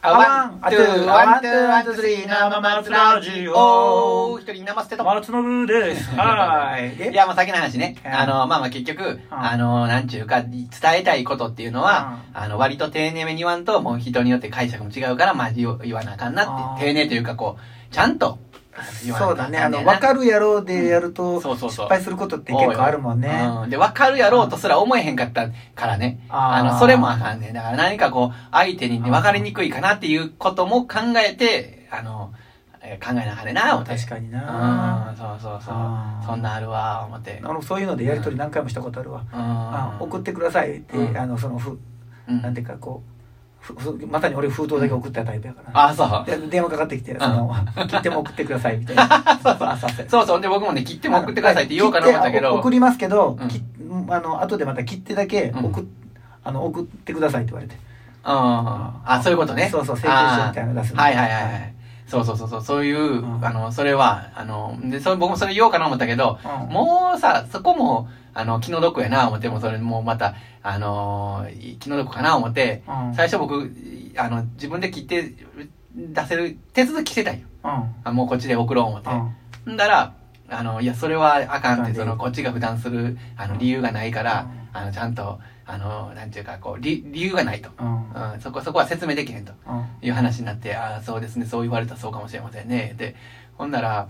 ワン、ツー、ワン、ツー、ワン、ツー、スリー、生松ラジオ。一人生捨てと。 松信です。はい。 いや、もう先の話ね。結局、なんちゅうか、伝えたいことっていうのは、割と丁寧めに言わんと、もう人によって解釈も違うから、言わなあかんなって。丁寧というか、こう、ちゃんと、 そうだね。わかるやろうでやると、失敗することって結構あるもんね。 で、わかるやろうとすら思えへんかったからね。それもあかんね。だから何かこう、相手にわかりにくいかなっていうことも考えて、考えながらな、思って。 確かにな。 そう。そんなあるわ、思って。 そういうのでやりとり何回もしたことあるわ。送ってくださいって、なんていうかこう、まさに俺封筒だけ送ったタイプやから。 そう。 で、電話かかってきて、切っても送ってくださいみたいな。 そう。で、僕もね、切っても送ってくださいって言おうかな思ったけど。 送りますけど、後でまた切ってだけ送ってくださいって言われて。 そういうことね。 そう、請求書みたいなの出す。 はい。そう。そういう、それは、僕もそれ言おうかな思ったけど、もうさ、そこも、気の毒やな思って、もそれもまた、気の毒かな思って、最初僕、自分で切って出せる手続きしてたんよ。もうこっちで送ろう思って。んだら、いや、それはあかんって、こっちが負担する、理由がないから、ちゃんと、なんていうか、こう、理由がないと。そこは説明できへんと。いう話になって、そうですね、そう言われたらそうかもしれませんね。で、ほんなら、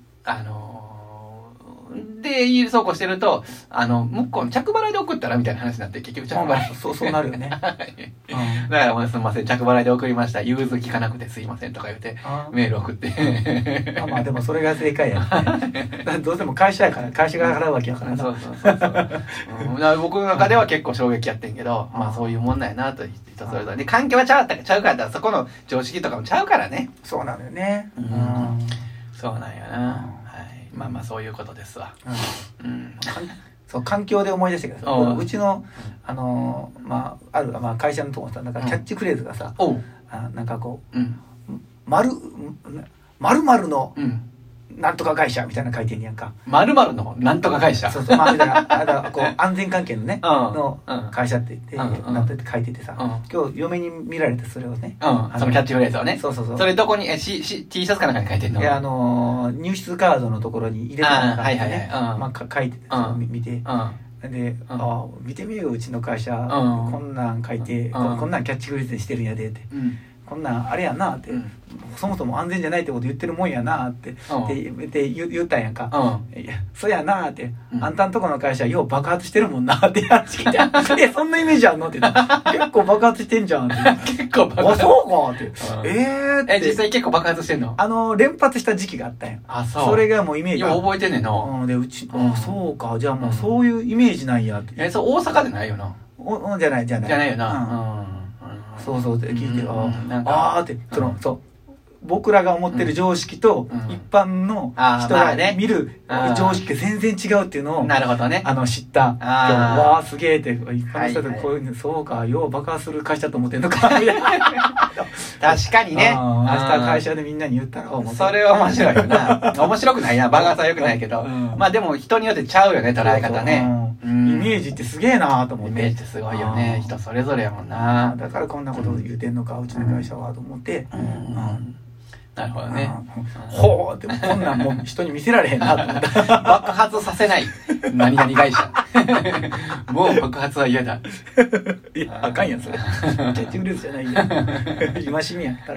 で、そうこうしてると、向こうの着払いで送ったらみたいな話になって、結局着払い。 そうなるよね。だからもうすみません、着払いで送りました。融通聞かなくてすいませんとか言って、メール送って。 でもそれが正解やね。どうせも会社やから、会社が払うわけやからな。 そう。僕の中では結構衝撃やってんけど、そういうもんなんやなと、人それぞれ。で、環境はちゃうから、そこの常識とかもちゃうからね。 そうなのよね。 そうなんやな。そういうことですわ。 そう、環境で思い出したけどさ、うちの、ある、会社のとこさ、なんかキャッチフレーズがさ、なんかこう、〇〇の、なんとか会社みたいな書いてんねやんか。 〇〇のなんとか会社。 そう、だからこう安全関係のね、の会社って言って、なって書いててさ、今日嫁に見られてそれをね。 そのキャッチフレーズをね。 そう。 それどこに、T シャツかなんかに書いてんの？ いや、入室カードのところに入れたのがね、書いてて、見て。で、見てみよう、うちの会社、こんなん書いて、こんなんキャッチフレーズにしてるんやでって。こんなんあれやなって、そもそも安全じゃないってこと言ってるもんやなって言ったんやんか。いや、そうやなって、あんたんとこの会社よう爆発してるもんなって話聞いて、そんなイメージあんのって結構爆発してんじゃんって。 結構爆発。 そうかって。 実際結構爆発してんの？ 連発した時期があったんや。それがもうイメージ。 覚えてんねんな。 で、そうか、じゃあもうそういうイメージなんやって。 そう、大阪でないよな。 じゃないよな。 そうって聞いて、って、僕らが思ってる常識と、一般の人が見る常識が全然違うっていうのを、 なるほどね。 知った。わー、すげえって、一般の人でこういうの、そうか、よう爆発する会社と思ってんのか、みたいな。 確かにね。 明日会社でみんなに言ったら、 それは面白いよな。面白くないな。爆発は良くないけど。でも人によってちゃうよね、捉え方ね。 イメージってすげえなと思って。 イメージってすごいよね。人それぞれやもんな。 だからこんなこと言うてんのか、うちの会社はと思って。 なるほどね。 ほうってこんなんもう人に見せられへんなと思った。 爆発させない。何々会社。もう爆発は嫌だ。 いや、あかんやん、それ。キャッチフレーズじゃないやん。今しみやった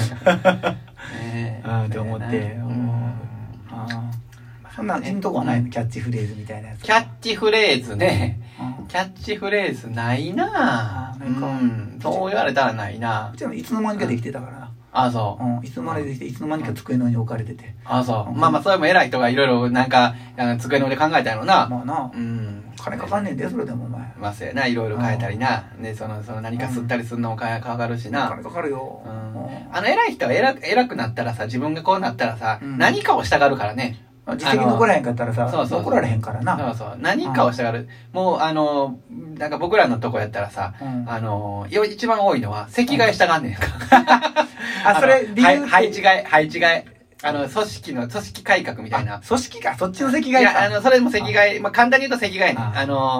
ら。って思って。そんな、うちのとこはないの、キャッチフレーズみたいなやつ。 キャッチフレーズね。キャッチフレーズないなぁ。そう言われたらないなぁ。 うちはいつの間にかできてたから。 そう。 いつの間にできて、いつの間にか机の上に置かれてて。 そう。それも偉い人がいろいろなんか、机の上で考えたのな。 金かかんねんで、それでもお前。 そうやな、いろいろ変えたりな。で、その何か吸ったりするのもかかるしな。 金かかるよ。 偉い人は偉くなったらさ、自分がこうなったらさ、何かをしたがるからね。 実績残らへんかったらさ、残られへんからな。 何かをしたがる。もう、なんか僕らのとこやったらさ、一番多いのは、席替えしたがんねんか。 それ、理由配置替え。組織改革みたいな。 組織か、そっちの席替えか。 いや、それも席替え、簡単に言うと席替えね。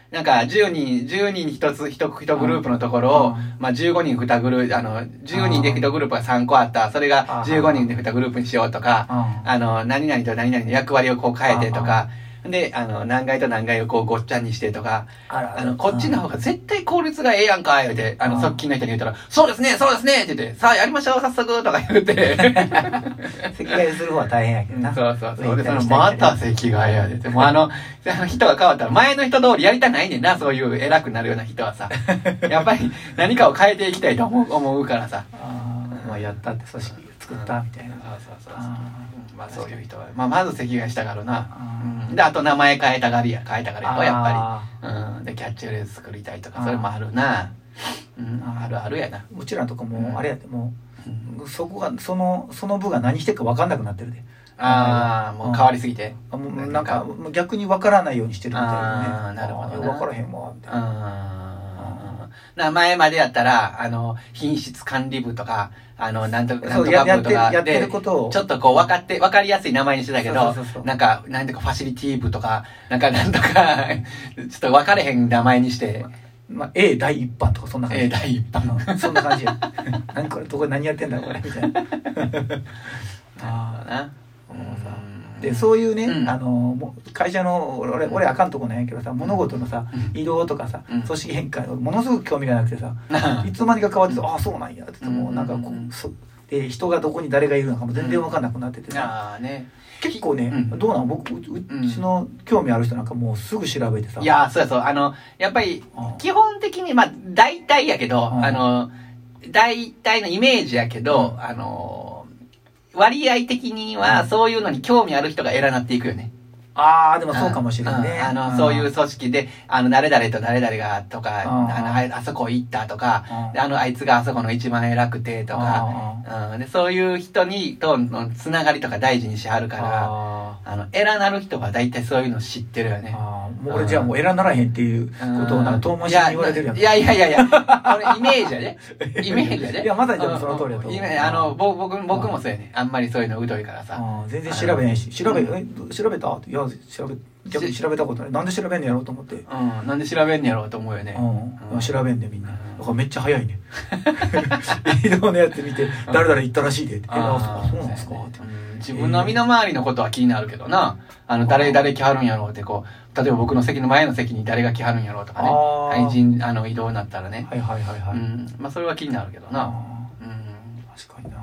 なんか10人一グループのところを、まあ15人2グループ、10人で1グループが3個あった。それが15人で2グループにしようとか、何々と何々の役割をこう変えてとか、で、何階と何階をこうごっちゃにしてとか、こっちの方が絶対効率がええやんか、言うて、側近の人に言ったら、そうですねって言って、さあやりましょう、早速とか言うて。 席替えする方は大変やけどな。 そう。で、また席替えやでって。もう人が変わったら、前の人通りやりたないねんな、そういう偉くなるような人はさ。やっぱり何かを変えていきたいと思うからさ。 まあやったって組織作ったみたいな。 そう。まあそういう人は、まあまず席替えしたがるな。で、あと名前変えたがりやろ、やっぱり。で、キャッチフレーズ作りたいとか、それもあるな。あるやな。 うちらとかも、あれやで、もう、そこが、その部が何してるか分かんなくなってるで。 もう変わりすぎて。 なんか、逆に分からないようにしてるみたいなね。 なるほど。 分からへんわ、みたいな。 前までやったら、品質管理部とか、なんとか部とかで、ちょっとこう分かりやすい名前にしてたけど、なんかファシリティ部とか、なんとか、ちょっと分かれへん名前にして、 まあ、A 第一版とかそんな感じ。 A 第一版。 そんな感じや。何これ、どこ何やってんだこれ、みたいな。で、そういうね、会社の、俺あかんとこなんやけどさ、物事のさ、移動とかさ、組織変化、ものすごく興味がなくてさ、いつの間にか変わってて、ああ、そうなんや、ってもうなんかこう、で、人がどこに誰がいるのかも全然わかんなくなっててさ、結構ね、どうなの僕、うちの興味ある人なんかもうすぐ調べてさ。 いや、そう。やっぱり、基本的に、まあ、大体やけど、大体のイメージやけど、割合的にはそういうのに興味ある人が偉なっていくよね。 ああ、でもそうかもしれんね。 そういう組織で、誰々と誰々がとか、あそこ行ったとか、あいつがあそこの一番偉くてとか、でそういう人とのつながりとか大事にしはるから、偉なる人は大体そういうの知ってるよね。 俺じゃあもう偉ならへんっていうことを遠回しに言われてるやん。 いや、これイメージやで。 いや、まさにでもその通りだと思う。 僕もそうやね。あんまりそういうの疎いからさ。 全然調べへんし、調べた？いや、逆に調べたことない。なんで調べんのやろうと思って。 なんで調べんのやろうと思うよね。 調べんでみんな。だからめっちゃ早いね。移動のやつ見て、誰々行ったらしいで。そうなんですかって。 自分の身の回りのことは気になるけどな。誰来はるんやろうってこう、例えば僕の席の前の席に誰が来はるんやろうとかね。愛人、移動になったらね。まあそれは気になるけどな。 確かにな。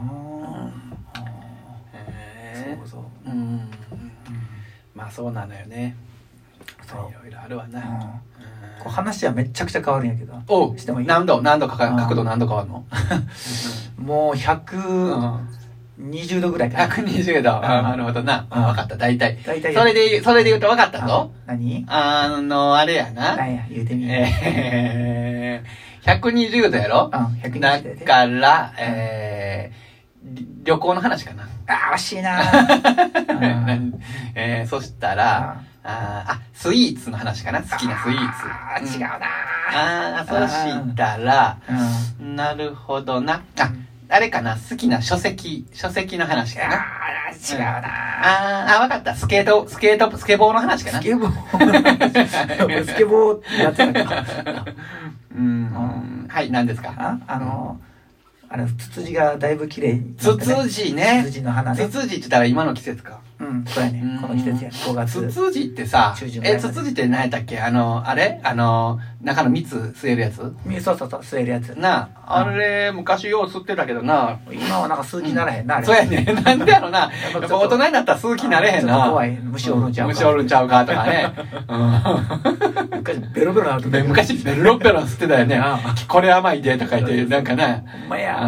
そう。 まあそうなのよね。いろいろあるわな。 話はめちゃくちゃ変わるんやけど。 してもいい？角度何度変わるの？ もう120度ぐらいかな。 120度。なるほどな。分かった、大体。それで言うと分かったぞ。 何？ あれやな。 何や、言うてみ。 120度やろ？だから、旅行の話かな。 惜しいな。 そしたら、スイーツの話かな。好きなスイーツ。 違うな。 そしたら、なるほどな。あれかな、好きな書籍の話かな。 違うな。 わかった。スケボーの話かな。 スケボースケボーってやってたけど。 はい、何ですか？ ツツジがだいぶ綺麗に。 ツツジね。 ツツジの花ね。 ツツジって言ったら今の季節か。 そうやね。この季節やね。5月。 ツツジってさ、ツツジって何やったっけ？あれ中の蜜吸えるやつ？ そう、吸えるやつ。 あれ、昔よう吸ってたけどな。 今はなんか吸う気ならへんな、あれ。 そうやね。なんでやろな。やっぱ大人になったら吸う気なれへんな。 怖い。虫おるんちゃうかとかね。 昔ベロベロなるとね。 昔ベロベロ吸ってたよね。これ甘いでとか言って、なんかな。 ほんまや。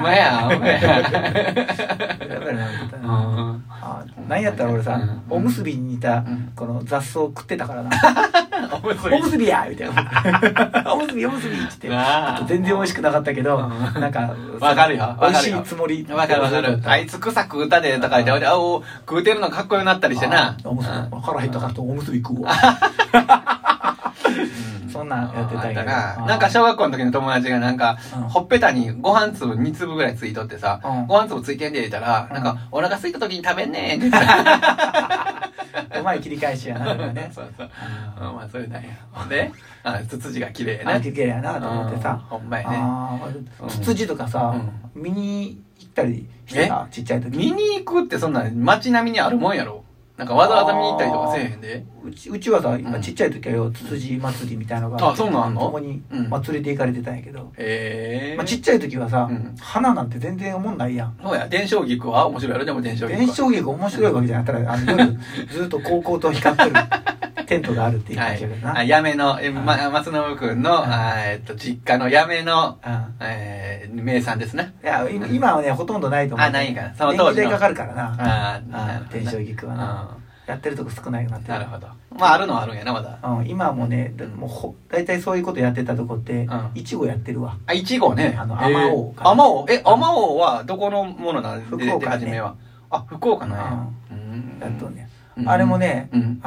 何やったら俺さ、おむすびに似たこの雑草食ってたからな。おむすびやみたいな。おむすびって言って。全然美味しくなかったけど、なんか、 わかるよ。 美味しいつもり。 わかる。あいつ草食うたでとか言って、食うてるのかっこよくなったりしてな。 腹減ったからとおむすび食うわ。そそんなんやってたんや。 なんか小学校の時の友達がなんか、ほっぺたにご飯粒2粒ぐらいついとってさ、ご飯粒ついてんで言ったら、なんか、お腹空いた時に食べんねんって言ってた。 うまい切り返しやな、ね。 そうそう。まあ、それなんや。ほんで、ツツジが綺麗やな。 綺麗やなと思ってさ。 ほんまやね。 ツツジとかさ、見に行ったりしてた、ちっちゃい時。 見に行くってそんな街並みにあるもんやろ。なんかわざわざ見に行ったりとかせえへんで。 うちはさ、今ちっちゃい時はよ、ツツジ祭りみたいなのがあ、そうなんの？ 共に祭りで行かれてたんやけど。 まあちっちゃい時はさ、花なんて全然思んないやん。 そうや、伝承菊は面白いやろ、でも伝承菊。 伝承菊面白いわけじゃなかったら、夜ずっと高校と光ってるテントがあるっていう感じやけどな。 やめの、松信くんの、実家のやめの、名産ですね。 いや、今はね、ほとんどないと思う。 ないから。その当時の。 電気代かかるからな。伝承菊はな。やってるとこ少ないなって。 なるほど。まあ、あるのはあるんやな、まだ。 今はもうね、大体そういうことやってたとこって、いちごやってるわ。 いちごね。 あまおう。 あまおう。あまおうはどこのものなんで、 福岡初めは。あ、福岡なんや。 やっとね。あれもね、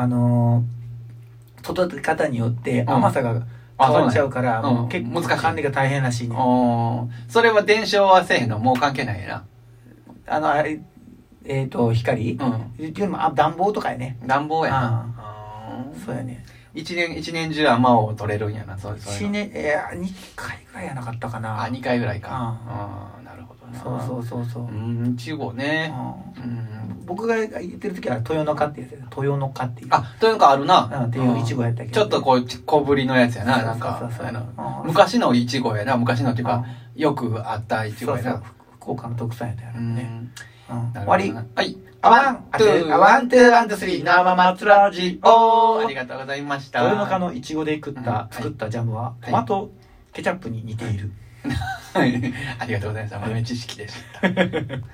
育て方によって甘さが変わっちゃうから、結構管理が大変らしいね。 それは伝承はせえへんのもう関係ないやな。 光暖房とかやね。 暖房やな。 そうやね。 一年中甘を取れるんやな、そういう 2回ぐらいやなかったかな。 2回ぐらいか。なるほどな。 そう。 いちごね。 僕が言ってる時は豊の花ってやつや。豊の花っていう。 豊の花あるな。 っていういちごやったけど。 ちょっとこう、小ぶりのやつやな、なんか。昔のいちごやな、昔のっていうか、よくあったいちごやな。 福岡の特産やったやろね。 終わり。はい。 ワン、ツー、スリー、生松ラジオ。 ありがとうございました。 豊中のいちごで作ったジャムは、トマトケチャップに似ている。 ありがとうございました。豆知識でした。